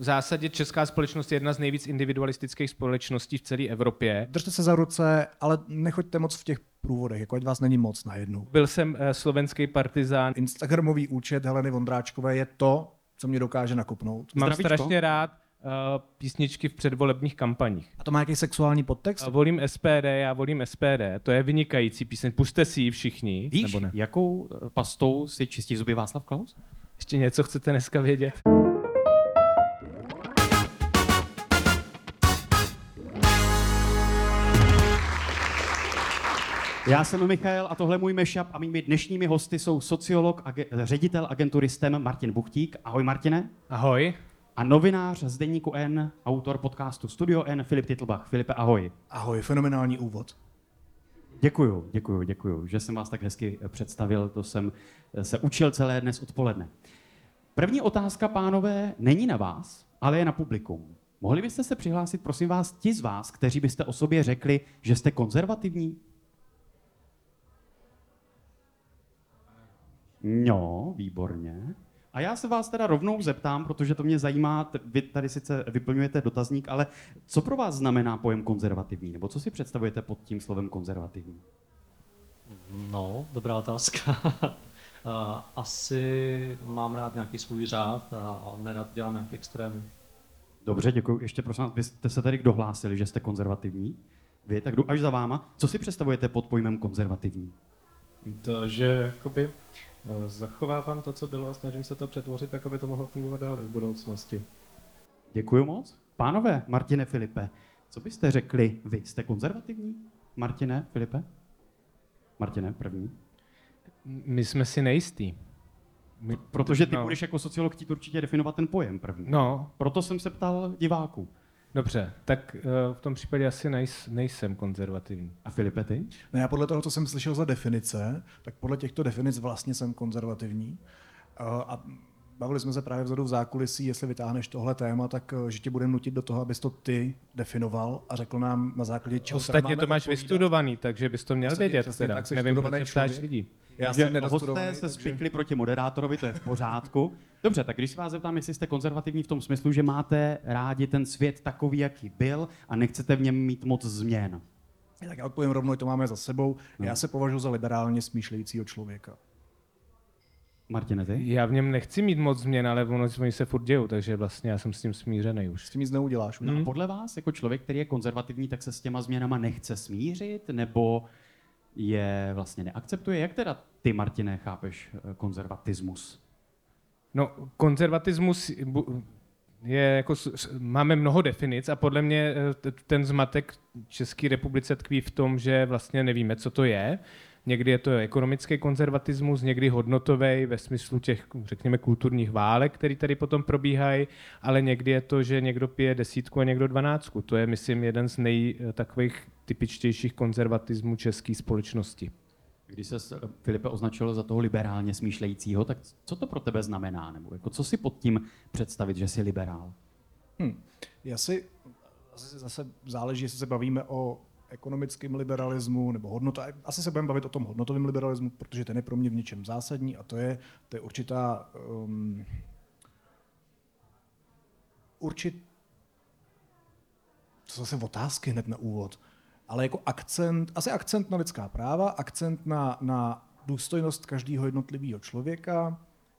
v zásadě česká společnost je jedna z nejvíc individualistických společností v celé Evropě. Držte se za ruce, ale nechoďte moc v těch průvodech, jako ať vás není moc najednou. Byl jsem slovenský partizán. Instagramový účet Heleny Vondráčkové je to, co mě dokáže nakopnout. Mám Zdravíčko. strašně rád písničky v předvolebních kampaních. A to má nějaký sexuální podtext? Volím SPD, já volím SPD. To je vynikající píseň. Puste si ji všichni. Víš, Nebo ne? jakou pastou si čistí zuby Václav Klaus? Ještě něco chcete dneska vědět? Já jsem Michael a tohle je můj mashup a mými dnešními hosty jsou sociolog, ředitel agentury STEM Martin Buchtík. Ahoj Martine. Ahoj. A novinář z deníku N, autor podcastu Studio N, Filip Titlbach. Filipe, ahoj. Ahoj, fenomenální úvod. Děkuju, že jsem vás tak hezky představil, to jsem se učil celé dnes odpoledne. První otázka, pánové, není na vás, ale je na publikum. Mohli byste se přihlásit, prosím vás, ti z vás, kteří byste o sobě řekli, že jste konzervativní? No, výborně. A já se vás teda rovnou zeptám, protože to mě zajímá, vy tady sice vyplňujete dotazník, ale co pro vás znamená pojem konzervativní? Nebo co si představujete pod tím slovem konzervativní? No, dobrá otázka. Asi mám rád nějaký svůj řád a nerad dělám nějaký extrémy. Dobře, děkuji. Ještě prosím vás, vy jste se tady dohlásili, že jste konzervativní. Vy, tak jdu až za váma. Co si představujete pod pojmem konzervativní? Takže jakoby zachovávám to, co bylo a snažím se to přetvořit tak, aby to mohlo fungovat dál v budoucnosti. Děkuji moc. Pánové, Martine, Filipe, co byste řekli vy? Jste konzervativní? Martine, Filipe? Martine, první. My jsme si nejistí. Protože ty budeš jako sociolog chtít určitě definovat ten pojem první. No, Proto jsem se ptal diváků. dobře, tak v tom případě asi nejsem konzervativní. A Filipe, ty? No já podle toho, co jsem slyšel za definice, tak podle těchto definic vlastně jsem konzervativní. A bavili jsme se právě vzadu v zákulisí, jestli vytáhneš tohle téma, tak že tě budeme nutit do toho, abys to ty definoval a řekl nám na základě čeho se Ostatně máme to máš odpovídat. vystudovaný, takže bys to měl Přesně, vědět. přesně Teda. tak, jsi Nevím, studovaný proč se ptáš člověk. lidí. Já Že jsem nedostudovaný, hosté se takže- spikli proti moderátorovi, to je v pořádku. Dobře, tak když se vás zeptám, jestli jste konzervativní v tom smyslu, že máte rádi ten svět takový, jaký byl a nechcete v něm mít moc změn. Tak já odpovím rovnou, to máme za sebou. No. Já se považuji za liberálně smýšlejícího člověka. Martine, ty? Já v něm nechci mít moc změn, ale oni se furt dějou, takže vlastně já jsem s tím smířený už. S tím nic neuděláš. No a podle vás, jako člověk, který je konzervativní, tak se s těma změnama nechce smířit, nebo je vlastně neakceptuje? Jak teda ty, Martine, chápeš konzervatismus? No, konzervatismus je jako, máme mnoho definic a podle mě ten zmatek České republice tkví v tom, že vlastně nevíme, co to je. Někdy je to ekonomický konzervatismus, někdy hodnotový ve smyslu těch, řekněme, kulturních válek, které tady potom probíhají, ale někdy je to, že někdo pije 10 a někdo 12. To je, myslím, jeden z takových typičtějších konzervatismů české společnosti. Když se Filipe označil za toho liberálně smýšlejícího, tak co to pro tebe znamená? Nebo jako co si pod tím představit, že jsi liberál? Asi zase záleží, jestli se bavíme o ekonomickém liberalismu nebo hodnota. Asi se budeme bavit o tom hodnotovém liberalismu, protože ten je pro mě v něčem zásadní a to je určitá to jsou zase otázky hned na úvod, ale jako akcent na lidská práva, akcent na důstojnost každého jednotlivého člověka,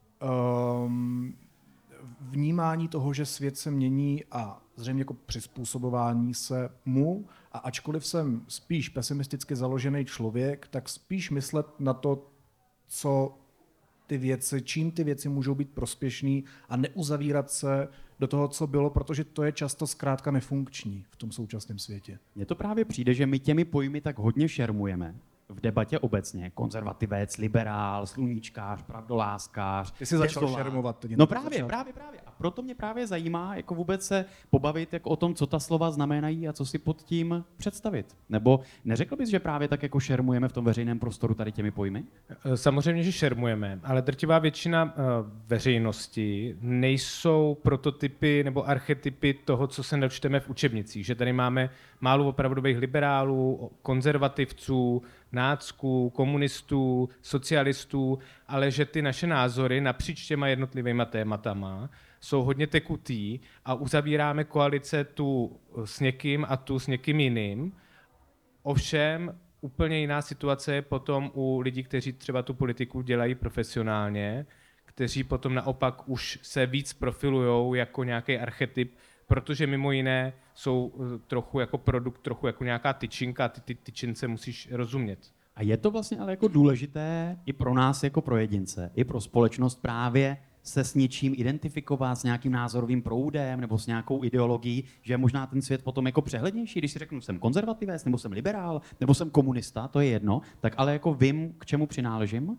vnímání toho, že svět se mění a zřejmě jako přizpůsobování se mu a ačkoliv jsem spíš pesimisticky založený člověk, tak spíš myslet na to, čím ty věci můžou být prospěšný a neuzavírat se do toho, co bylo, protože to je často zkrátka nefunkční v tom současném světě. Mně to právě přijde, že my těmi pojmy tak hodně šermujeme v debatě obecně. Konzervativec, liberál, sluníčkář, pravdoláskář. Ty jsi začal desolát. šermovat. teď No to právě, začal. právě. A proto mě právě zajímá, jako vůbec se pobavit jako o tom, co ta slova znamenají a co si pod tím představit. Nebo neřekl bys, že právě tak jako šermujeme v tom veřejném prostoru tady těmi pojmy? Samozřejmě, že šermujeme, ale drtivá většina veřejnosti nejsou prototypy nebo archetypy toho, co se načteme v učebnicích. Že tady máme málo opravdových liberálů, konzervativců, nácků, komunistů, socialistů, ale že ty naše názory napříč těma jednotlivýma tématama jsou hodně tekutý a uzavíráme koalice tu s někým a tu s někým jiným. Ovšem úplně jiná situace je potom u lidí, kteří třeba tu politiku dělají profesionálně, kteří potom naopak už se víc profilujou jako nějaký archetyp, protože mimo jiné jsou trochu jako produkt, trochu jako nějaká tyčinka a ty tyčince musíš rozumět. A je to vlastně ale jako důležité i pro nás jako pro jedince, i pro společnost právě se s něčím identifikovat, s nějakým názorovým proudem nebo s nějakou ideologií, že je možná ten svět potom jako přehlednější, když si řeknu, jsem konzervativec, nebo jsem liberál, nebo jsem komunista, to je jedno, tak ale jako vím, k čemu přináležím.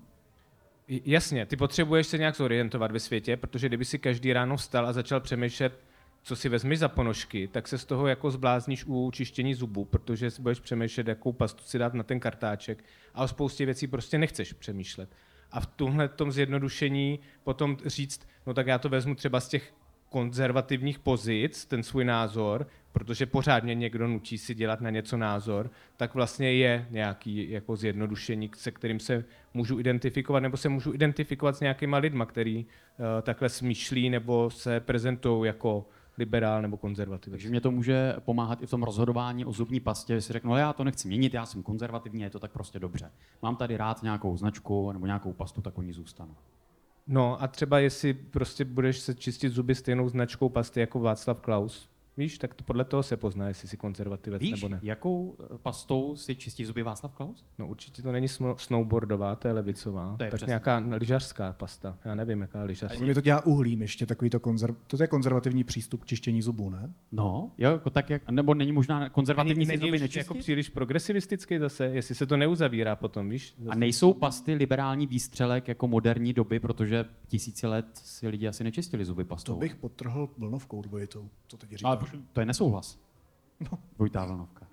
Jasně, ty potřebuješ se nějak zorientovat ve světě, protože kdyby si každý ráno vstal a začal přemýšlet, co si vezmeš za ponožky, tak se z toho jako zblázníš u čištění zubů, protože si budeš přemýšlet, jakou pastu si dát na ten kartáček a o spoustě věcí prostě nechceš přemýšlet. A v tomhle tom zjednodušení potom říct, no tak já to vezmu třeba z těch konzervativních pozic, ten svůj názor, protože pořád mě někdo nutí si dělat na něco názor, tak vlastně je nějaký jako zjednodušení, se kterým se můžu identifikovat, nebo se můžu identifikovat s nějakýma lidma, který takhle smýšlí nebo se prezentují jako liberál nebo konzervativní. Takže mě to může pomáhat i v tom rozhodování o zubní pastě, že si řeknu, ale já to nechci měnit, já jsem konzervativní, je to tak prostě dobře. Mám tady rád nějakou značku nebo nějakou pastu, tak o ní zůstanu. No a třeba jestli prostě budeš se čistit zuby stejnou značkou pasty jako Václav Klaus, víš, tak to podle toho se pozná, jestli jsi konzervativec nebo ne. Jakou pastou si čistí zuby Václav Klaus? No určitě to není snowboardová, to je levicová. To je tak přesně. nějaká lyžařská pasta. Já nevím, jaká lyžařská. Mě to dělá uhlím ještě, takový to je konzervativní přístup k čištění zubů, ne? No, jo, jako tak jak, nebo není možná konzervativní si zuby Není nečistit? jako příliš progresivistický zase, jestli se to neuzavírá potom, víš? A nejsou pasty liberální výstřelek jako moderní doby, protože tisíce let si lidi asi nečistili zuby pastou. To bych podtrhl vlnovkou dvojitou, co teď Ale říkáš. to je nesouhlas. Dvojitá vlnovka.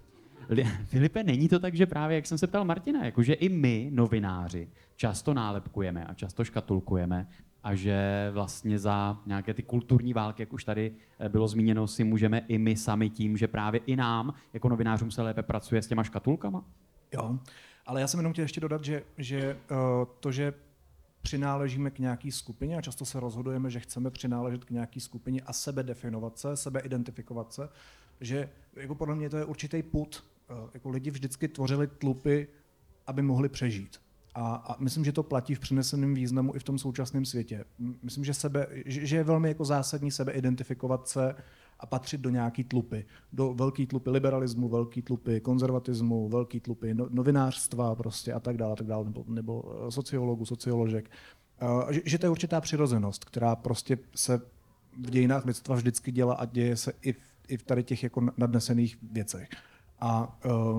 Filipe, není to tak, že právě, jak jsem se ptal Martina, jakože i my, novináři, často nálepkujeme a často škatulkujeme a že vlastně za nějaké ty kulturní války, jak už tady bylo zmíněno, si můžeme i my sami tím, že právě i nám, jako novinářům, se lépe pracuje s těma škatulkama? Jo, ale já jsem jenom chtěl ještě dodat, že to, že přináležíme k nějaký skupině a často se rozhodujeme, že chceme přináležet k nějaký skupině a sebedefinovat se, sebeidentifikovat se, že jako podle mě to je určitý pud. Jako lidi vždycky tvořili tlupy, aby mohli přežít. A myslím, že to platí v přeneseném významu i v tom současném světě. Myslím, že je velmi jako zásadní sebeidentifikovat se a patřit do nějaký tlupy. Do velký tlupy liberalismu, velký tlupy konzervatismu, velký tlupy novinářstva prostě a tak dále, nebo sociologů, socioložek. Že to je určitá přirozenost, která prostě se v dějinách lidstva vždycky dělá a děje se i v tady těch jako nadnesených věcech. A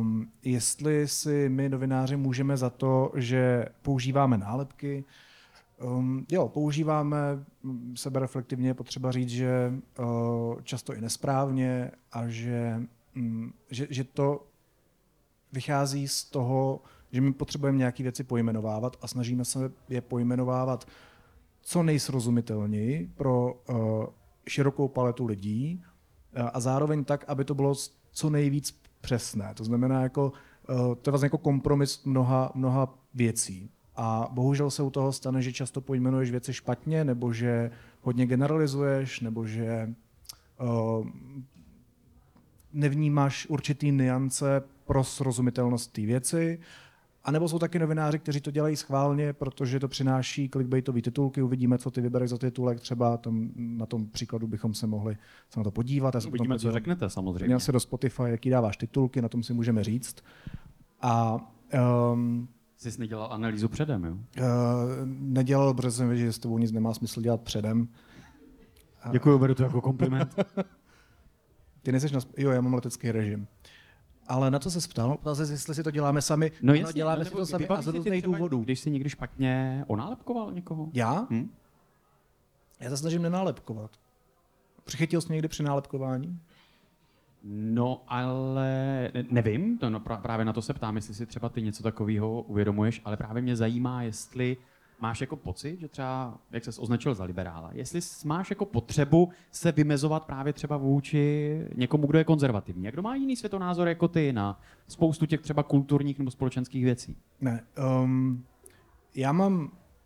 jestli si my novináři můžeme za to, že používáme nálepky, jo, používáme sebereflektivně, je potřeba říct, že často i nesprávně a že to vychází z toho, že my potřebujeme nějaké věci pojmenovávat a snažíme se je pojmenovávat co nejsrozumitelněji pro širokou paletu lidí a zároveň tak, aby to bylo co nejvíc přesné. To znamená, jako, to je vlastně jako kompromis mnoha věcí. A bohužel se u toho stane, že často pojmenuješ věci špatně, nebo že hodně generalizuješ, nebo že nevnímáš určitý nuance pro srozumitelnost té věci. A nebo jsou taky novináři, kteří to dělají schválně, protože to přináší clickbaitové titulky. Uvidíme, co ty vybereš za titulek. Třeba tam, na tom příkladu bychom se mohli se na to podívat. Uvidíme, co řeknete samozřejmě. Měl se do Spotify, jaký dáváš titulky, na tom si můžeme říct. A jsi nedělal analýzu předem, jo? Nedělal, protože jsem věděl, že s tebou nic nemá smysl dělat předem. Děkuji, beru to jako kompliment. Ty nejseš jo, já mám letecký režim. Ale na co se ptal? Ptal se, jestli si to děláme sami. No ano, jasně, děláme si to sami a z různých důvodů. Když jsi někdy špatně onálepkoval někoho? Já? Hm? Já se snažím nenálepkovat. Přichytil jsi mě někdy při nálepkování? No, ale nevím, právě na to se ptám, jestli si třeba ty něco takového uvědomuješ, ale právě mě zajímá, jestli máš jako pocit, že třeba, jak ses označil za liberála, jestli máš jako potřebu se vymezovat právě třeba vůči někomu, kdo je konzervativní, a kdo má jiný světonázor jako ty na spoustu těch třeba kulturních nebo společenských věcí. Ne. Já mám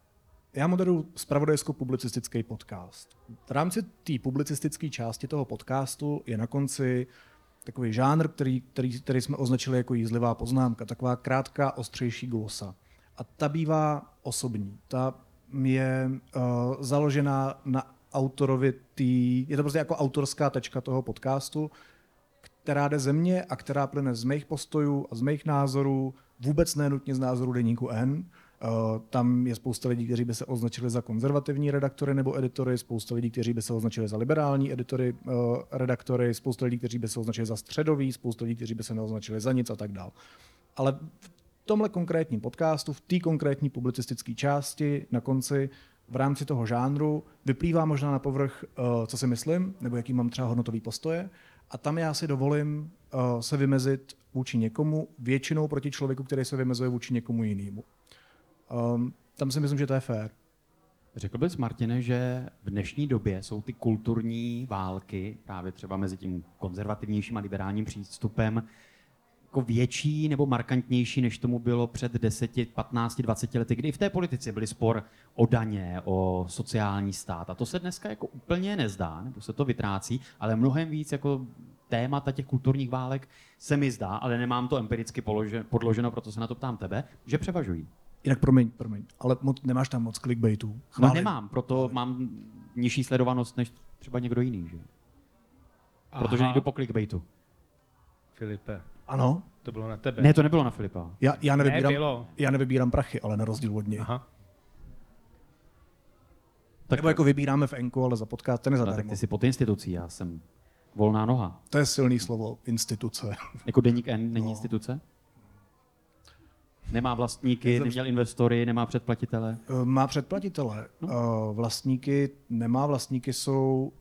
Já moderuji zpravodajsko-publicistický podcast. V rámci té publicistické části toho podcastu je na konci takový žánr, který jsme označili jako jízlivá poznámka, taková krátká, ostřejší glosa. A ta bývá osobní. Ta je založená na autorovi je to prostě jako autorská tečka toho podcastu, která jde ze mě a která plyne z mých postojů a z mých názorů, vůbec nenutně z názoru Deníku N. Tam je spousta lidí, kteří by se označili za konzervativní redaktory nebo editory, spousta lidí, kteří by se označili za liberální editory, redaktory, spousta lidí, kteří by se označili za středový, spousta lidí, kteří by se neoznačili za nic a tak dál. Ale v tomhle konkrétním podcastu, v té konkrétní publicistické části na konci v rámci toho žánru vyplývá možná na povrch, co si myslím, nebo jaký mám třeba hodnotový postoje. A tam já si dovolím se vymezit vůči někomu, většinou proti člověku, který se vymezuje vůči někomu jinému. Tam si myslím, že to je fér. Řekl bys, Martine, že v dnešní době jsou ty kulturní války, právě třeba mezi tím konzervativnějším a liberálním přístupem, jako větší nebo markantnější, než tomu bylo před 10, 15, 20 lety, kdy i v té politice byly spor o daně, o sociální stát. A to se dneska jako úplně nezdá, nebo se to vytrácí, ale mnohem víc jako témata těch kulturních válek se mi zdá, ale nemám to empiricky podloženo, proto se na to ptám tebe, že převažují. Jinak promiň, ale nemáš tam moc clickbaitů. No nemám, proto mám nižší sledovanost než třeba někdo jiný, že? Protože nejdu po clickbaitu. Filipe, Ano? to bylo na tebe. Ne, to nebylo na Filipa. Já nevybírám prachy, ale na rozdíl od něj. Aha. Tak, Nebo jako vybíráme v Enku, ale za podcast ten je tak zadarmo. ty jsi pod institucí, já jsem volná noha. To je silný slovo, instituce. Jako Deník N není instituce? Nemá vlastníky, neměl investory, nemá předplatitele? Má předplatitele. Vlastníky nemá, vlastníky jsou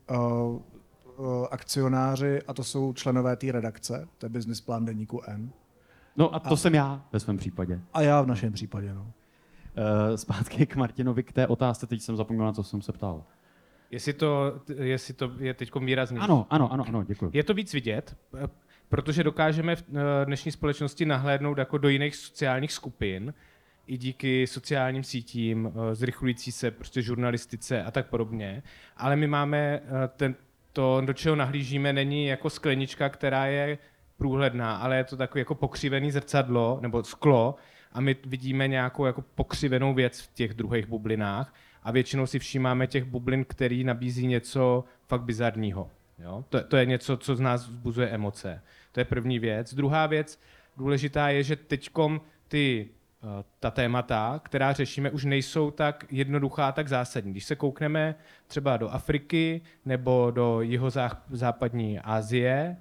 akcionáři a to jsou členové té redakce, to je business plán Deníku N. No a to jsem já ve svém případě. A já v našem případě, no. Zpátky k Martinovi, k té otázce, teď jsem zapomněl, na co jsem se ptal. Jestli to je teď výrazný. Ano, děkuji. Je to víc vidět, protože dokážeme v dnešní společnosti nahlédnout jako do jiných sociálních skupin, i díky sociálním sítím, zrychlující se prostě žurnalistice a tak podobně. Ale my máme to, do čeho nahlížíme, není jako sklenička, která je průhledná, ale je to takové jako pokřivené zrcadlo nebo sklo a my vidíme nějakou jako pokřivenou věc v těch druhých bublinách a většinou si všímáme těch bublin, který nabízí něco fakt bizarního. Jo? To je něco, co z nás vzbuzuje emoce. To je první věc. Druhá věc důležitá je, že teďkom ta témata, která řešíme, už nejsou tak jednoduchá, tak zásadní. Když se koukneme třeba do Afriky nebo do jihozápadní Asie,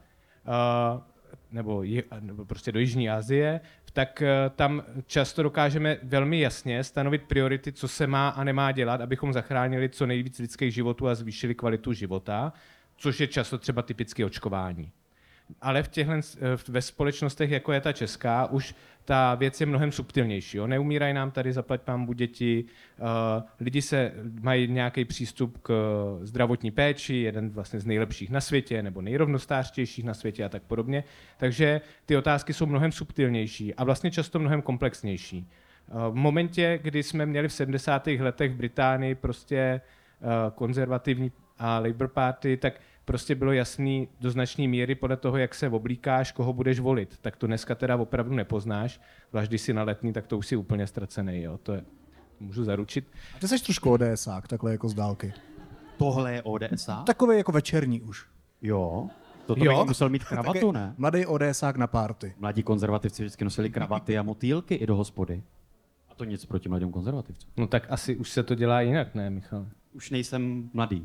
nebo prostě do Jižní Asie, tak tam často dokážeme velmi jasně stanovit priority, co se má a nemá dělat, abychom zachránili co nejvíc lidských životů a zvýšili kvalitu života, což je často třeba typické očkování. Ale ve společnostech, jako je ta česká, už ta věc je mnohem subtilnější. Jo? Neumírají nám tady zaplať pánbůh děti, lidi mají nějaký přístup k zdravotní péči, jeden vlastně z nejlepších na světě, nebo nejrovnostářtějších na světě a tak podobně. Takže ty otázky jsou mnohem subtilnější a vlastně často mnohem komplexnější. V momentě, kdy jsme měli v 70. letech v Británii prostě konzervativní a Labour Party, tak prostě bylo jasný do značné míry podle toho, jak se oblíkáš, koho budeš volit. Tak to dneska teda opravdu nepoznáš, zvlášť když jsi na Letný, tak to už si úplně ztracený, jo. To můžu zaručit. A ty jsi trošku ODSák, takhle jako z dálky. Tohle je ODSA? Takový jako večerní už. Jo. To bych musel mít kravatu, ne? Mladý ODSák na párty. Mladí konzervativci vždycky nosili kravaty a motýlky i do hospody. A to nic proti mladým konzervativcům. No tak asi už se to dělá jinak, ne, Michal? Už nejsem mladý.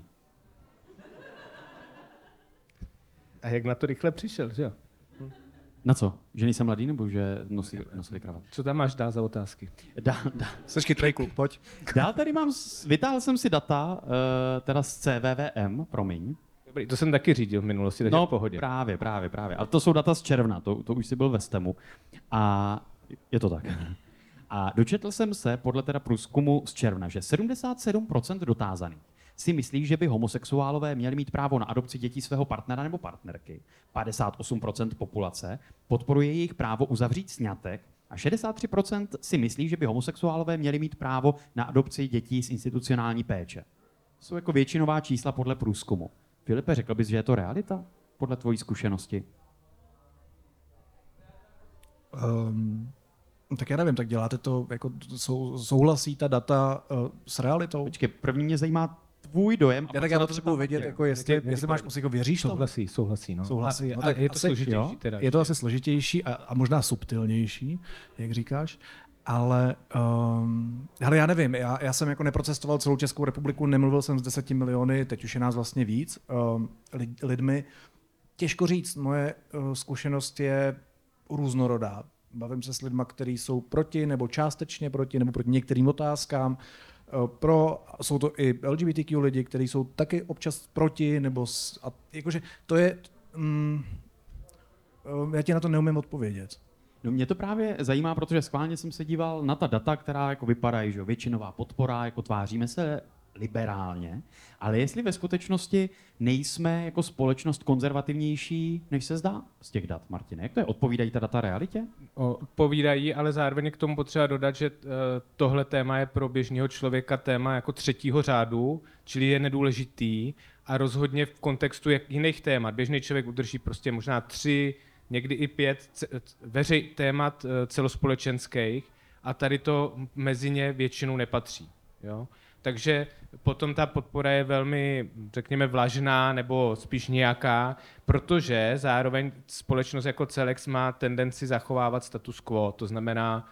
A jak na to rychle přišel, že jo? Na co? Že nejsem mladý, nebo že nosili kravat? Co tam máš dál za otázky? Jsi chytrý kluk, pojď. Dál tady vytáhl jsem si data, teda z CVVM, promiň. Dobrý, to jsem taky řídil v minulosti, takže v pohodě. Právě. Ale to jsou data z června, to už si byl ve STEMu. A je to tak. A dočetl jsem se podle teda průzkumu z června, že 77% dotázaných si myslí, že by homosexuálové měli mít právo na adopci dětí svého partnera nebo partnerky. 58% populace podporuje jejich právo uzavřít sňatek a A 63% si myslí, že by homosexuálové měli mít právo na adopci dětí z institucionální péče. To jsou jako většinová čísla podle průzkumu. Filipe, řekl bys, že je to realita podle tvojí zkušenosti? Tak já nevím, tak děláte to, jako souhlasí ta data s realitou? Počkej, první mě zajímá tvůj dojem. Já tak já potřebuji vědět, jako jestli máš pocit, jako věříš to? Souhlasí, no. Souhlasí. A, No, a tak je to asi, složitější teda. Je to asi složitější a možná subtilnější, jak říkáš, ale já nevím, já jsem jako neprocestoval celou Českou republiku, nemluvil jsem s 10 miliony, teď už je nás vlastně víc lidmi. Těžko říct, moje zkušenost je různorodá. Bavím se s lidmi, kteří jsou proti, nebo částečně proti, nebo proti některým otázkám. Jsou to i LGBTQ lidi, kteří jsou taky občas proti, nebo jakože to je... já ti na to neumím odpovědět. No mě to právě zajímá, protože schválně jsem se díval na ta data, která jako vypadají, že většinová podpora, jako tváříme se liberálně, ale jestli ve skutečnosti nejsme jako společnost konzervativnější, než se zdá z těch dat, Martine. Jak to je? Odpovídají ta data realitě? Odpovídají, ale zároveň k tomu potřeba dodat, že tohle téma je pro běžného člověka téma jako třetího řádu, čili je nedůležitý a rozhodně v kontextu jiných témat. Běžný člověk udrží prostě možná 3, někdy i 5 témat celospolečenských a tady to mezi ně většinou nepatří. Jo? Takže potom ta podpora je velmi, řekněme, vlažná nebo spíš nějaká, protože zároveň společnost jako celek má tendenci zachovávat status quo, to znamená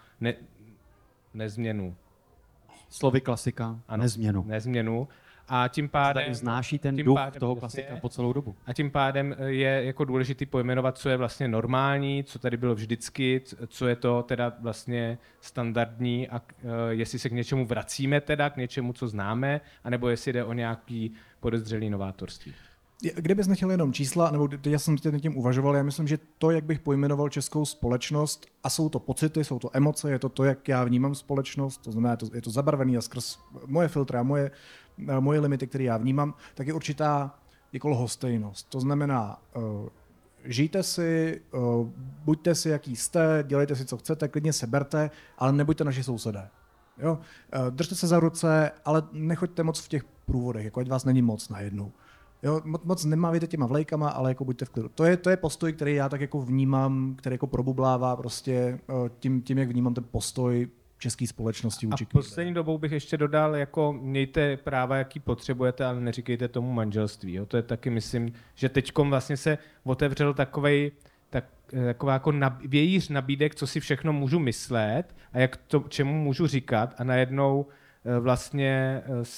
nezměnu. Slovy klasika, ano, Nezměnu. A tím pádem... Tady znáší ten duch toho klasika po celou dobu. A tím pádem je jako důležitý pojmenovat, co je vlastně normální, co tady bylo vždycky, co je to teda vlastně standardní a jestli se k něčemu vracíme teda, k něčemu, co známe, anebo jestli jde o nějaký podezřelý novátorství. Kdybys nechtěl jenom čísla, nebo já jsem nad tím uvažoval, já myslím, že to, jak bych pojmenoval českou společnost, a jsou to pocity, jsou to emoce, je to, jak já vnímám společnost, to znamená, je to zabarvený a skrz moje filtry a moje limity, které já vnímám, tak je určitá jako lhostejnost. To znamená, žijte si, buďte si, jaký jste, dělejte si, co chcete, klidně se berte, ale nebuďte naši sousedé. Jo? Držte se za ruce, ale nechoďte moc v těch průvodech, jako ať vás není moc najednou. Jo, moc nemávejte těma vlajkama, ale jako buďte v klidu. To je postoj, který já tak jako vnímám, který jako probublává prostě tím, jak vnímám ten postoj české společnosti vůči A poslední dobou bych ještě dodal, jako mějte práva, jaký potřebujete, ale neříkejte tomu manželství. Jo. To je taky, myslím, že teďkom vlastně se otevřel taková jako vějíř nabídek, co si všechno můžu myslet a čemu můžu říkat a najednou vlastně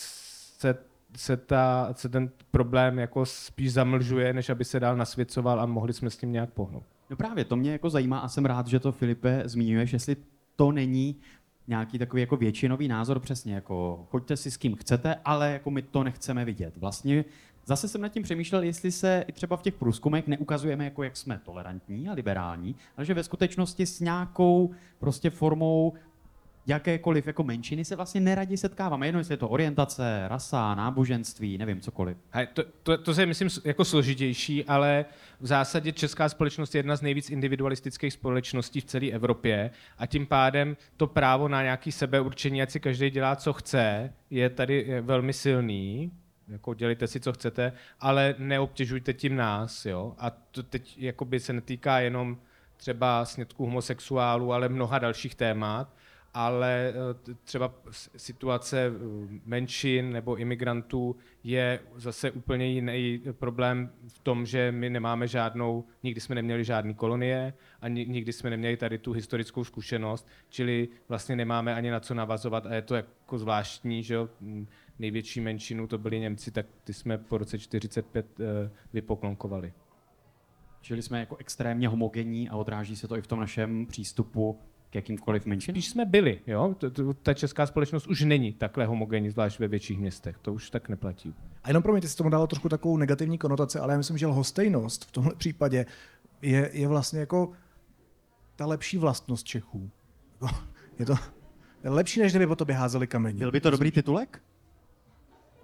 se ten problém jako spíš zamlžuje, než aby se dál nasvěcoval a mohli jsme s tím nějak pohnout. No právě, to mě jako zajímá a jsem rád, že to, Filipe, zmiňuješ, jestli to není nějaký takový jako většinový názor, přesně jako choďte si s kým chcete, ale jako my to nechceme vidět. Vlastně zase jsem nad tím přemýšlel, jestli se i třeba v těch průzkumech neukazujeme, jako jak jsme tolerantní a liberální, ale že ve skutečnosti s nějakou prostě formou jakékoliv jako menšiny se vlastně neradi setkáváme. Jedno, jestli je to orientace, rasa, náboženství, nevím, cokoliv. To je, myslím, jako složitější, ale v zásadě česká společnost je jedna z nejvíc individualistických společností v celé Evropě a tím pádem to právo na nějaký sebeurčení, ať si každý dělá, co chce, je tady velmi silný. Jako dělejte si, co chcete, ale neobtěžujte tím nás. Jo? A to teď jakoby se netýká jenom třeba sňatků homosexuálů, ale mnoha dalších témat. Ale třeba situace menšin nebo imigrantů je zase úplně jiný problém v tom, že my nemáme nikdy jsme neměli žádný kolonie a nikdy jsme neměli tady tu historickou zkušenost, čili vlastně nemáme ani na co navazovat a je to jako zvláštní, že jo? Největší menšinu to byli Němci, tak ty jsme po roce 1945 vypoklonkovali. Čili jsme jako extrémně homogenní a odráží se to i v tom našem přístupu k jakýmkoliv menšinám? Když jsme byli, jo? Ta česká společnost už není takhle homogenní, zvlášť ve větších městech. To už tak neplatí. A jenom promiňte, si tomu dalo trošku takovou negativní konotaci, ale já myslím, že lhostejnost v tomhle případě je vlastně jako ta lepší vlastnost Čechů. Je to lepší, než kdyby po tobě házeli kamení. Byl by to dobrý titulek?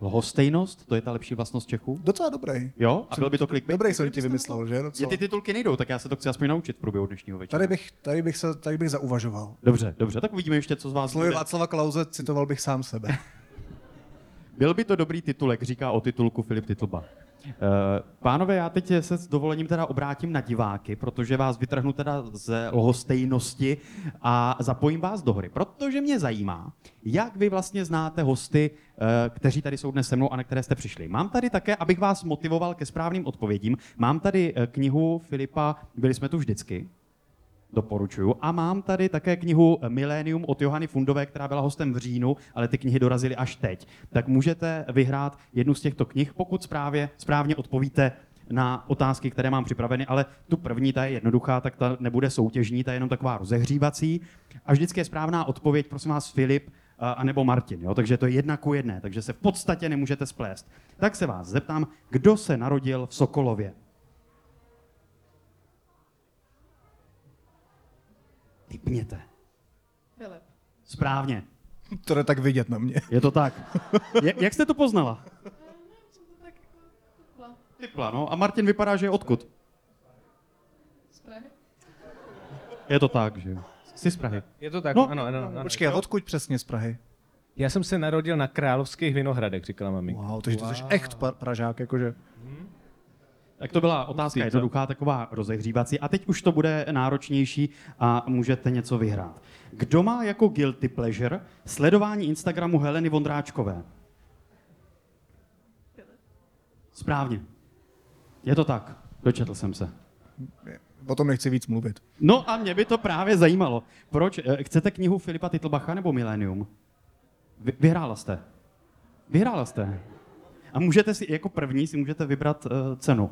Lhostejnost, to je ta lepší vlastnost Čechů? Docela dobrý. Jo? A byl by to clickbait? Dobrý jsem ti vymyslel, že? Mně Docela. ty titulky nejdou, tak já se to chci aspoň naučit v průběhu dnešního večera. Tady bych zauvažoval. Dobře, tak uvidíme ještě, co z vás Slovy bude. Václava Klause citoval bych sám sebe. Byl by to dobrý titulek, říká o titulku Filip Titlbach. Pánové, já teď se s dovolením teda obrátím na diváky, protože vás vytrhnu teda z lhostejnosti a zapojím vás do hry, protože mě zajímá, jak vy vlastně znáte hosty, kteří tady jsou dnes se mnou a na které jste přišli. Mám tady také, abych vás motivoval ke správným odpovědím, mám tady knihu Filipa Byli jsme tu vždycky, doporučuju. A mám tady také knihu Millennium od Johany Fundové, která byla hostem v říjnu, ale ty knihy dorazily až teď. Tak můžete vyhrát jednu z těchto knih, pokud správně odpovíte na otázky, které mám připraveny, ale tu první, ta je jednoduchá, tak ta nebude soutěžní, ta je jenom taková rozehřívací. A vždycky je správná odpověď, prosím vás, Filip anebo Martin. Jo? Takže to je 1:1, takže se v podstatě nemůžete splést. Tak se vás zeptám, kdo se narodil v Sokolově? Typněte. Filip. Správně. To je tak vidět na mě. Je to tak. Jak jste to poznala? Jsem to tak jako Typla, no. A Martin vypadá, že je odkud? z Prahy. Je to tak, že jo. Jsi z Prahy. Je to tak, No, ano. Počkej, a odkud přesně z Prahy? Já jsem se narodil na Královských Vinohradech, říkala maminka. Wow, takže ty jsi echt Pražák, jakože. Tak to byla otázka jednoduchá, taková rozehřívací. A teď už to bude náročnější a můžete něco vyhrát. Kdo má jako guilty pleasure sledování Instagramu Heleny Vondráčkové? Správně. Je to tak. Dočetl jsem se. O tom nechci víc mluvit. No a mě by to právě zajímalo. Proč? Chcete knihu Filipa Titlbacha nebo Millennium? Vyhrála jste. Vyhrála jste. A můžete si, jako první si můžete vybrat cenu.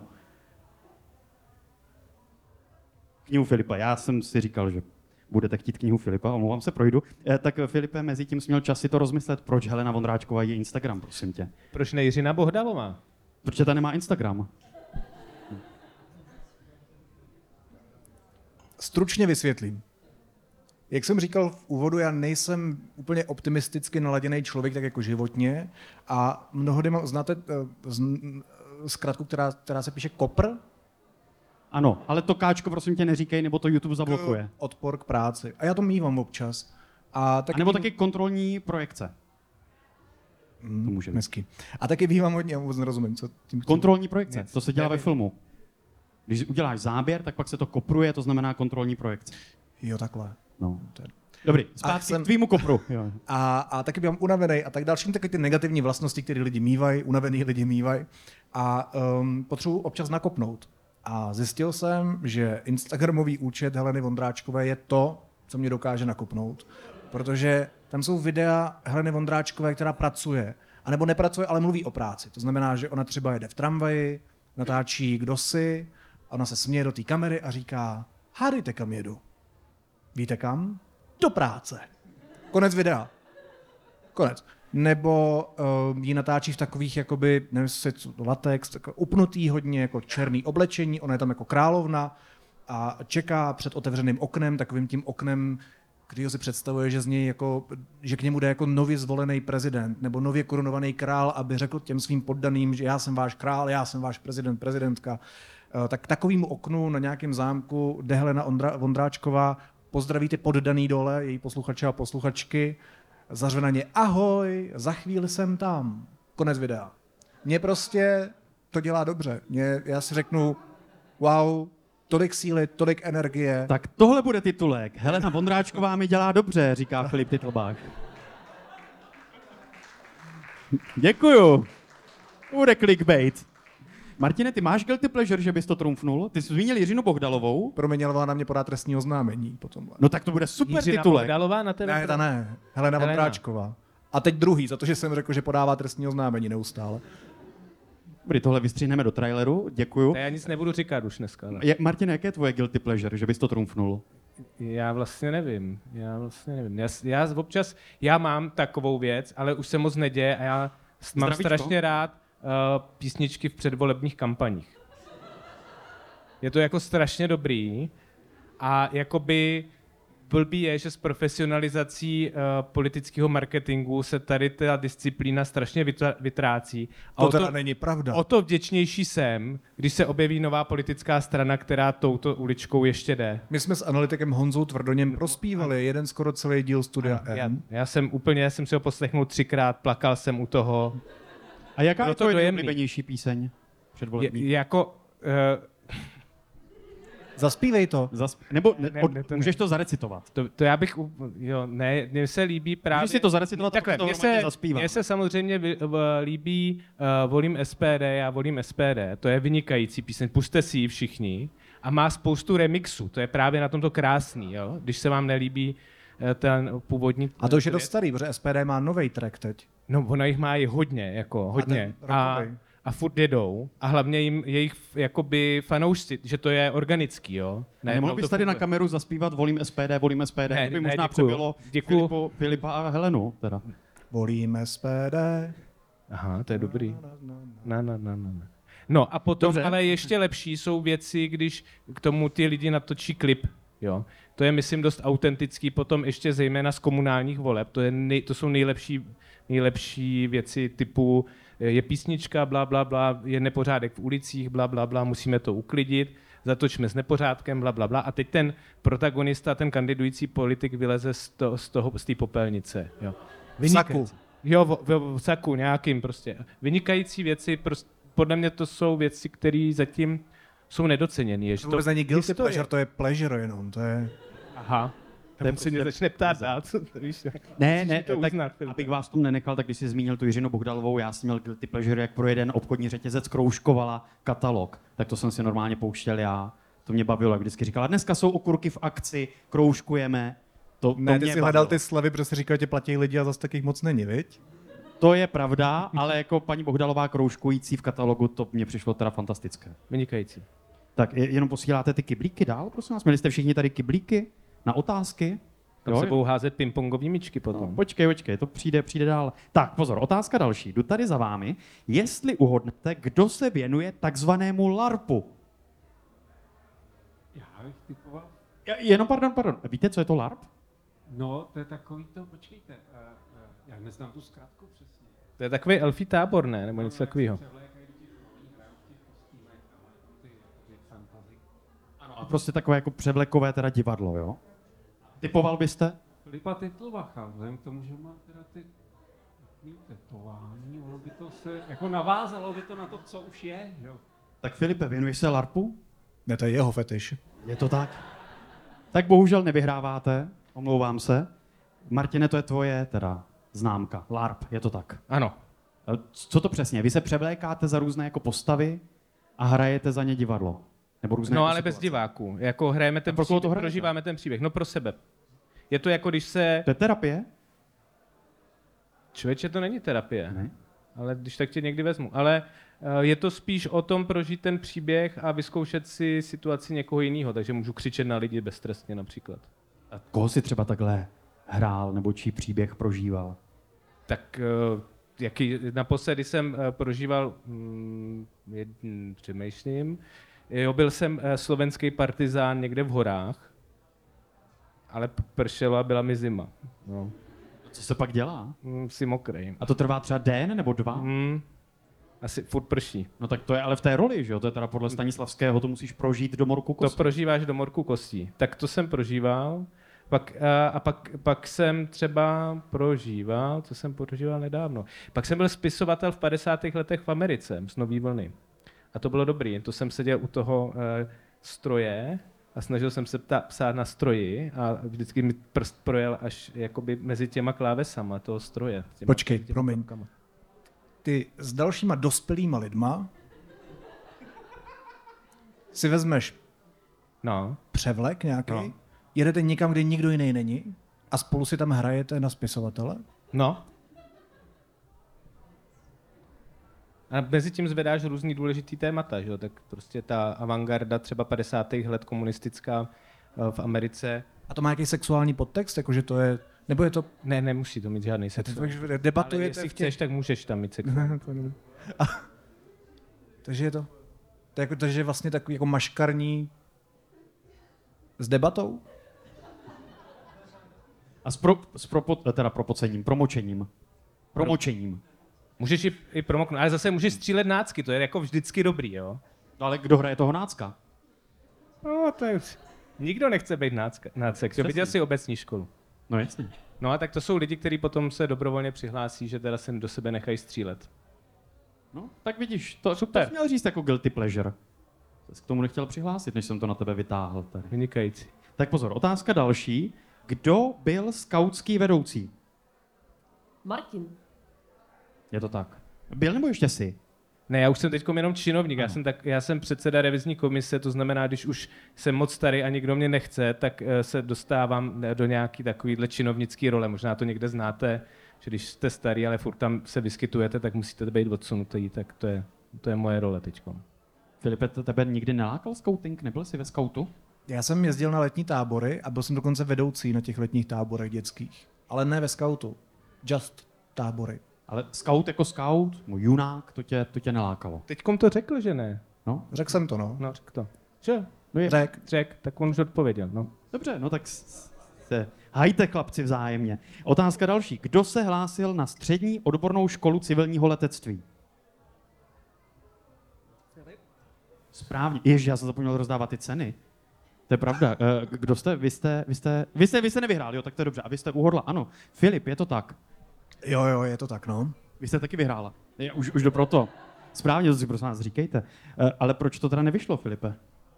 Knihu Filipa. Já jsem si říkal, že budete chtít knihu Filipa, omlouvám se, projdu. Tak Filipe, mezi tím jsi měl čas si to rozmyslet, proč Helena Vondráčková je Instagram, prosím tě. Proč ne Jiřina Bohdalová? Protože ta nemá Instagram. Stručně vysvětlím. Jak jsem říkal v úvodu, já nejsem úplně optimisticky naladěný člověk, tak jako životně. A mnohdy znáte zkratku, která se píše KOPR? Ano, ale to káčko, prosím tě, neříkej, nebo to YouTube zablokuje. Odpor k práci. A já to mívám občas. A nebo taky kontrolní projekce. To může být. Hezky. A taky mívám hodně, já vůbec nerozumím, co tím chci. Kontrolní projekce, to se dělá ve Nevím. filmu. Když uděláš záběr, tak pak se to kopruje, to znamená kontrolní projekce. Jo, takhle. No. Dobrý, zpátky k tvýmu kopru. Jo. A taky bývám unavený a tak dalším taky ty negativní vlastnosti, které lidi mývají, unavený lidi mývají. A potřebuji občas nakopnout. A zjistil jsem, že instagramový účet Heleny Vondráčkové je to, co mě dokáže nakopnout. Protože tam jsou videa Heleny Vondráčkové, která pracuje. A nebo nepracuje, ale mluví o práci. To znamená, že ona třeba jede v tramvaji, natáčí kdo si, a ona se směje do té kamery a říká, hádejte, kam jedu. Víte kam? Do práce. Konec videa. Konec. Nebo ji natáčí v takových, jakoby, nevím, jestli latex, upnutý hodně, jako černý oblečení, ona je tam jako královna a čeká před otevřeným oknem, takovým tím oknem, když si představuje, že z něj jako, že k němu jde jako nově zvolený prezident nebo nově korunovaný král, aby řekl těm svým poddaným, že já jsem váš král, já jsem váš prezident, prezidentka. Tak k takovému oknu na nějakém zámku jde Helena Vondráčková, pozdraví ty poddaný dole, její posluchače a posluchačky, zařve na ně ahoj, za chvíli jsem tam. Konec videa. Mně prostě to dělá dobře. Já si řeknu, wow, tolik síly, tolik energie. Tak tohle bude titulek. Helena Vondráčková mi dělá dobře, říká Filip Titlbach. Děkuju. Bude clickbait. Martine, ty máš guilty pleasure, že bys to trumfnul? Ty jsi zmínil Jiřinu Bohdalovou. Proměnila na mě podá trestní oznámení potom. No tak to bude super Jiřina titulek. Bohdalová na tebe? Ne, ta ne. Helena Vondráčková. A teď druhý, za to, že jsem řekl, že podává trestní oznámení neustále. Dobrý, tohle vystřihneme do traileru, děkuju. Já nic nebudu říkat už dneska. Ale. Martine, jaké je tvoje guilty pleasure, že bys to trumfnul? Já vlastně nevím. Já občas, já mám takovou věc, ale už se moc neděje a já mám Zdravíčko. strašně rád písničky v předvolebních kampaních. Je to jako strašně dobrý a jakoby blbý je, že s profesionalizací politického marketingu se tady ta disciplína strašně vytrácí. A To teda není pravda. o to vděčnější jsem, když se objeví nová politická strana, která touto uličkou ještě jde. My jsme s analytikem Honzou Tvrdoněm prospívali jeden skoro celý díl Studia M. Já jsem si ho poslechnul 3krát, plakal jsem u toho. A jaká Bylo je to tvoje dojemný. nejoblíbenější píseň předvolební? Jako... Zaspívej to. Nebo to můžeš to zarecitovat. To já bych... mně se líbí právě... Můžeš si to zarecitovat, Takhle, to zaspívá. mně se samozřejmě líbí Volím SPD, já volím SPD. To je vynikající píseň, puste si ji všichni. A má spoustu remixů, to je právě na tomto krásný, jo? Když se vám nelíbí ten původní... A to už je dost starý, protože SPD má nový track teď. No, ona jich má i hodně, jako hodně. ten rokovej. A furt jedou. A hlavně jim jejich jakoby fanoušci, že to je organický, jo? Nemohl bys tady na kameru zaspívat Volím SPD, volím SPD? Ne, To by ne, možná děkuju. přebylo Děkuju. Filipa a Helenu. Teda. Volím SPD. Aha, to je dobrý. No a potom, Dobře. ale ještě lepší jsou věci, když k tomu ty lidi natočí klip, jo. To je, myslím, dost autentický, potom ještě zejména z komunálních voleb, to jsou nejlepší věci typu je písnička, bla, bla, bla, je nepořádek v ulicích, bla, bla, bla, musíme to uklidit, zatočme s nepořádkem, bla, bla, bla. A teď ten protagonista, ten kandidující politik vyleze z té popelnice, jo. V saku. Jo, v saku nějakým prostě. Vynikající věci, podle mě to jsou věci, které zatím jsou nedoceněny. To vůbec není guilty pleasure, to je pleasure jenom, to je... Aha. Tam se mě začne ptát dál, co to víš. Ne, to tak uznat, Filipe. abych vás tom nenechal, tak když jsi zmínil tu Jiřinu Bohdalovou, já jsem měl guilty pleasure, jak pro jeden obchodní řetězec kroužkovala katalog, tak to jsem si normálně pouštěl já. To mě bavilo, jak vždycky říkala, dneska jsou okurky v akci, kroužkujeme. To Ne, ty mě jsi hledal bavilo. ty slevy, protože jsi říkal, že tě platí lidi a zase takých moc není, viď? To je pravda, ale jako paní Bohdalová kroužkující v katalogu, to mě přišlo teda fantastické. Vynikající. Tak jenom posíláte ty kyblíky dál, prosím vás? Měli jste všichni tady kyblíky na otázky? Tam se budou házet pingpongový myčky potom. No, počkej, to přijde dál. Tak, pozor, otázka další. Jdu tady za vámi. Jestli uhodnete, kdo se věnuje takzvanému LARPu? Já bych typoval. Jenom, pardon. Víte, co je to LARP? No, to je takový to, počkejte, já neznám tu zkrátku přesně. To je takový elfí tábor, ne? Nebo něco takového. Ano, a prostě takové jako převlekové teda divadlo, jo? Typoval byste? Filipa Titlbacha, vzhledem k tomu, že má teda ty tetování, ono by to se, jako navázalo by to na to, co už je, jo. Tak Filipe, věnuješ se LARPu? Ne, to je jeho fetiš. Je to tak? Tak bohužel nevyhráváte, omlouvám se. Martine, to je tvoje teda známka, LARP, je to tak? Ano. Co to přesně? Vy se převlékáte za různé jako postavy a hrajete za ně divadlo? Nebo různé No jako ale bez situace? diváků. Jako hrajeme ten pro koho to příběh, hrajete? prožíváme ten příběh. No pro sebe. Je to jako když se... To je terapie? Člověče, to není terapie. Ne. Ale když tak tě někdy vezmu. Ale je to spíš o tom prožít ten příběh a vyzkoušet si situaci někoho jiného. Takže můžu křičet na lidi beztrestně například. A koho si třeba takhle hrál nebo čí příběh prožíval? Tak naposledy jsem prožíval, přemýšlím, byl jsem slovenský partizán někde v horách, ale pršelo a byla mi zima. No. Co se pak dělá? Jsi mokrej. A to trvá třeba den nebo dva? Asi furt prší. No tak to je ale v té roli, že jo? To je teda podle Stanislavského, to musíš prožít do morku To kostí. prožíváš do morku kostí. Tak to jsem prožíval. Pak jsem třeba prožíval, co jsem prožíval nedávno. Pak jsem byl spisovatel v 50. letech v Americe z Nový vlny. A to bylo dobrý. To jsem seděl u toho stroje a snažil jsem se psát na stroji a vždycky mi prst projel až jakoby mezi těma klávesama toho stroje. Počkej, promiň. Ty s dalšíma dospělýma lidma si vezmeš No. převlek nějaký, No. jedete někam, kde nikdo jiný není a spolu si tam hrajete na spisovatele? No. A mezi tím zvedáš různý důležitý témata, že jo? Tak prostě ta avantgarda třeba 50. let komunistická v Americe. A to má nějaký sexuální podtext, jakože to je, nebo je to, Ne, nemusí to mít žádný sex. takže Ale debatujete jestli v těch... chceš, tak můžeš tam mít sex. Takže je to jako, takže je vlastně takový jako maškarní s debatou? A promočením. Promočením. Můžeš i promoknout, ale zase můžeš střílet nácky, to je jako vždycky dobrý, jo? No ale kdo hraje toho nácka? No, to je... Nikdo nechce být nácek, že viděl si obecní školu. No jasně. No a tak to jsou lidi, kteří potom se dobrovolně přihlásí, že teda se do sebe nechají střílet. No, tak vidíš, to Super. jsi měl říct jako guilty pleasure. Jsi k tomu nechtěl přihlásit, než jsem to na tebe vytáhl tady. Vynikající. Tak pozor, otázka další. Kdo byl skautský vedoucí? Martin. Je to tak. Byl nebo ještě jsi? Ne, já už jsem teď jenom činovník, já jsem předseda revizní komise, to znamená, když už jsem moc starý a nikdo mě nechce, tak se dostávám do nějaký takovýhle činovnický role. Možná to někde znáte, že když jste starý, ale furt tam se vyskytujete, tak musíte být odsunutý, tak to je moje role teď. Filipe, tebe nikdy nelákal skauting? Nebyl jsi ve skautu? Já jsem jezdil na letní tábory a byl jsem dokonce vedoucí na těch letních táborech dětských. Ale ne ve skautu. Just tábory. Ale scout jako scout, junák, to tě nelákalo. Teďkom to řekl, že ne. No, Řekl jsem to, no. No, řekl to. Že? no je, Řek. Tak on už odpověděl, no. dobře, no tak se hajte chlapci vzájemně. Otázka další. Kdo se hlásil na střední odbornou školu civilního letectví? Správně. Ježi, já jsem zapomněl rozdávat ty ceny. To je pravda. Kdo jste? Vy jste nevyhráli, jo, tak to je dobře. A vy jste uhodla, ano. Filip, je to tak. Jo, je to tak, no. Vy jste taky vyhrála. Už jdo proto. Správně, to si prosím vás říkejte. Ale proč to teda nevyšlo, Filipe?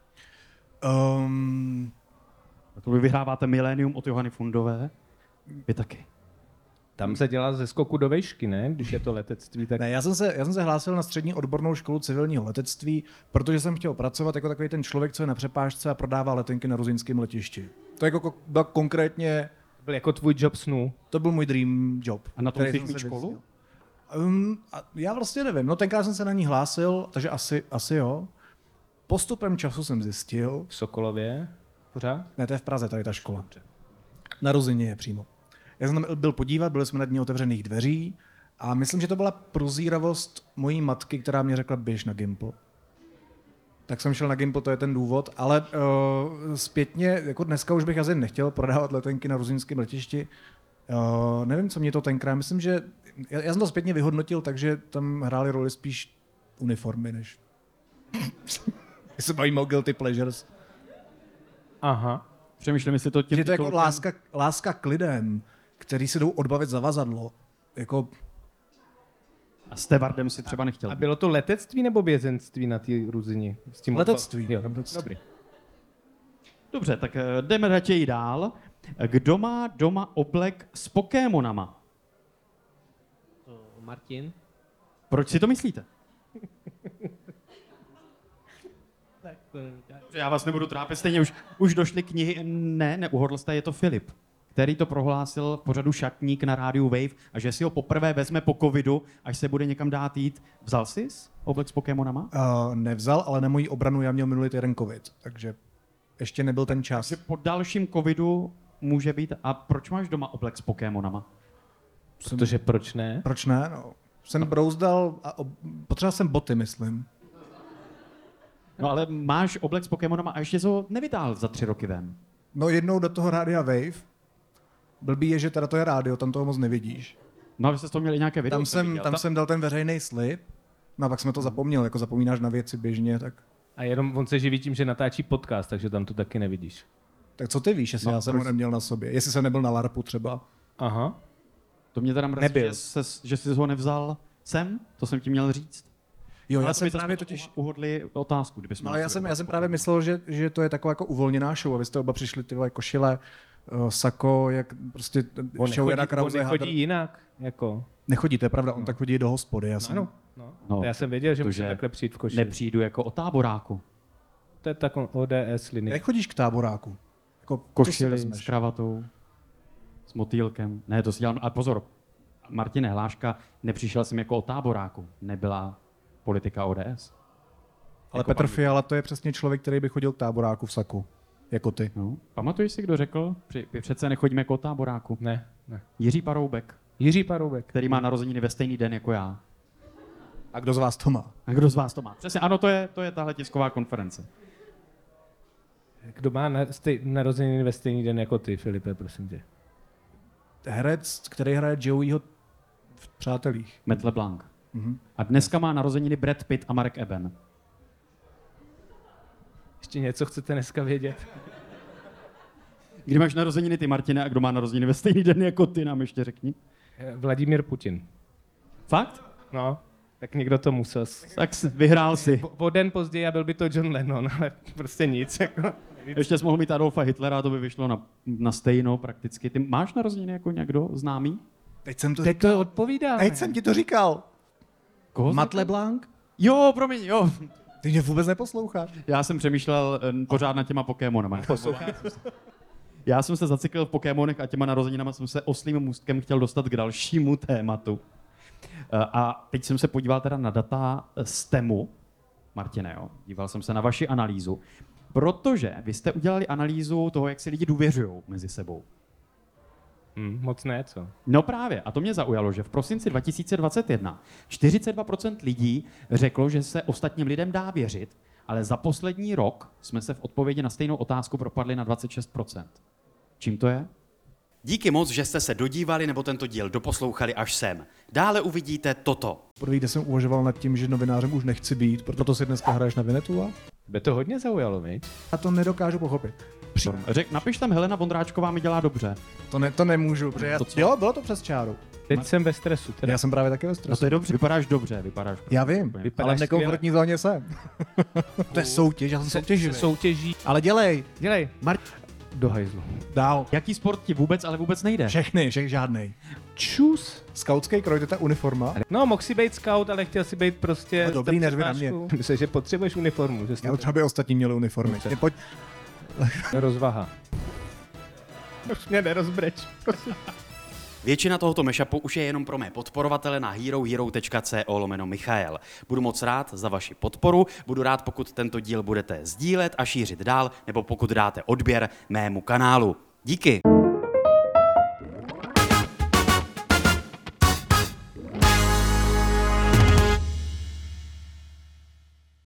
To vy vyhráváte milénium od Johany Fundové. Vy taky. Tam se dělá ze skoku do vejšky, ne? Když je to letectví, tak... Ne, já jsem se hlásil na střední odbornou školu civilního letectví, protože jsem chtěl pracovat jako takový ten člověk, co je na přepážce a prodává letenky na ruzinském letišti. To jako byl konkrétně, Byl jako tvůj job snů. to byl můj dream job. A na tom který chceš jsem mít se školu? a já vlastně nevím, no tenkrát jsem se na ní hlásil, takže asi jo. Postupem času jsem zjistil, V Sokolově. Pořád? ne, to je v Praze, tady ta škola. Na Ruzině je přímo. Já jsem tam byl podívat, byli jsme na dní otevřených dveří a myslím, že to byla prozíravost mojí matky, která mě řekla, běž na Gimpl. Tak jsem šel na Gimpl, to je ten důvod, ale zpětně, jako dneska už bych asi nechtěl prodávat letenky na ruzinském letišti. Nevím, co mě to tenkrát, myslím, že já jsem to zpětně vyhodnotil, takže tam hrály roli spíš uniformy, než... Když se bavíme o guilty pleasures. Aha. Přemýšlím, jestli to tím Je to jako titulkem- láska k lidem, kteří se jdou odbavit zavazadlo. Jako, A s Tevardem si třeba nechtěl. A bylo to letectví nebo vězenství na té Ruzini? S tím Letectví. Jo, dobrý. Dobře, tak jdeme raději dál. Kdo má doma oblek s Pokémonama? Martin? Proč si to myslíte? Já vás nebudu trápit, stejně už došly knihy. Ne, neuhodl jste, je to Filip, který to prohlásil v pořadu Šatník na rádiu Wave a že si ho poprvé vezme po covidu, až se bude někam dát jít. Vzal jsi oblek s Pokémonama? nevzal, ale na moji obranu já měl minulý týden covid, takže ještě nebyl ten čas. Že po dalším covidu může být. A proč máš doma oblek s Pokémonama? Protože proč ne? Proč ne? No. Jsem brouzdal a potřeboval jsem boty, myslím. No ale máš oblek s Pokémonama a ještě jsi ho nevytáhl za 3 roky ven. No jednou do toho rádia Wave. Blbý je, že teda to je rádio, tam toho moc nevidíš. No a vy jste z toho měli nějaké video? Tam jsem dal ten veřejný slib, no a pak jsme to zapomněli, jako zapomínáš na věci běžně, tak... A jenom on se živí tím, že natáčí podcast, takže tam to taky nevidíš. Tak co ty víš, jestli No, já jsem ho neměl na sobě? Jestli jsem nebyl na LARPu třeba? Aha. To mě teda mrzí, Nebyl. že jsi ho nevzal sem, to jsem ti měl říct. Jo, Ale já to jsem by právě zase totiž... uhodli otázku, kdybychom... No, ale já jsem právě myslel, že to je taková jako uvolněná show a vy jste oba přišli ty vole košile, sako, jak prostě On show Jana nechodí, Krause. on nechodí jinak, jako. Nechodí, to je pravda, on tak chodí do hospody, já jsem... Ano. No. Já jsem věděl, že protože musím takhle přijít v koši. Nepřijdu jako o táboráku. To je tak ODS linie. Jak chodíš k táboráku? Jako, co si Košili vezmeš? s kravatou, s motýlkem. Ne, to si dělám... A pozor, Martine, hláška, nepřišel jsem jako o táboráku. Nebyla politika ODS. Ale Jako Petr pan- Fiala to je přesně člověk, který by chodil k táboráku v saku. Jako ty. No. Pamatuješ si, kdo řekl? Přece nechodíme jako o táboráku. Ne. Jiří Paroubek, Jiří Paroubek. který má narozeniny ve stejný den jako já. A kdo z vás to má? A kdo z vás to má? Přesně, ano, to je tahle tisková konference. Kdo má narozeniny ve stejný den jako ty, Filipe, prosím tě? herec, který hraje Joeyho v Přátelích. Matt LeBlanc. Mhm. A dneska má narozeniny Brad Pitt a Mark Eben. Ještě něco chcete dneska vědět? Kdy máš narozeniny ty, Martine, a kdo má narozeniny ve stejný den jako ty, nám ještě řekni. Vladimír Putin. Fakt? No, tak někdo to musel. Tak vyhrál si. O den později a byl by to John Lennon, ale prostě nic. Jako. Ještě jsi mohl mít Adolfa Hitlera a to by vyšlo na stejno prakticky. Ty máš narozeniny jako někdo známý? Teď jsem to Teď říkal. to odpovídá. Teď jsem ti to říkal. Koho? Matt LeBlanc? Jo, promiň, jo. Ty mě vůbec neposloucháš. Já jsem přemýšlel pořád nad těma Pokémonama. Já jsem se zacyklil v Pokémonech a těma narozeninama jsem se oslým můstkem chtěl dostat k dalšímu tématu. A teď jsem se podíval teda na data z TEMu. Martine, jo, díval jsem se na vaši analýzu. Protože vy jste udělali analýzu toho, jak si lidi důvěřují mezi sebou. Moc ne, co? No právě, a to mě zaujalo, že v prosinci 2021 42% lidí řeklo, že se ostatním lidem dá věřit, ale za poslední rok jsme se v odpovědi na stejnou otázku propadli na 26%. Čím to je? Díky moc, že jste se dodívali nebo tento díl doposlouchali až sem. Dále uvidíte toto. Poprvé, kde jsem uvažoval nad tím, že novinářem už nechci být, proto si dneska hraješ na Vinetu. By to hodně zaujalo, viď? Já to nedokážu pochopit. Napiš tam, Helena Vondráčková mi dělá dobře. To nemůžu, protože jo, bylo to přes čáru. Teď jsem ve stresu. Teda. Já jsem právě taky ve No stresu. to je dobře, vypadáš dobře, Já vím, Vypadáš ale v nekomfortní zóně jsem. To je soutěž, já jsem soutěživý. Soutěží. Ale dělej, Dělej. Do hajzlu. dál. Jaký sport ti vůbec, ale vůbec nejde? Všechny, žádnej. Čus. Skautský kroj, to je ta uniforma. No, mohl si být scout, ale chtěl si být prostě... No, dobrý, nervy na mě. Myslím, že potřebuješ uniformu. Že Já třeba by ostatní měli uniformy. Pojď. Rozvaha. Už mě nerozbreč. Většina tohoto mashupu už je jenom pro mé podporovatele na herohero.co/Michael. Budu moc rád za vaši podporu, budu rád, pokud tento díl budete sdílet a šířit dál, nebo pokud dáte odběr mému kanálu. Díky.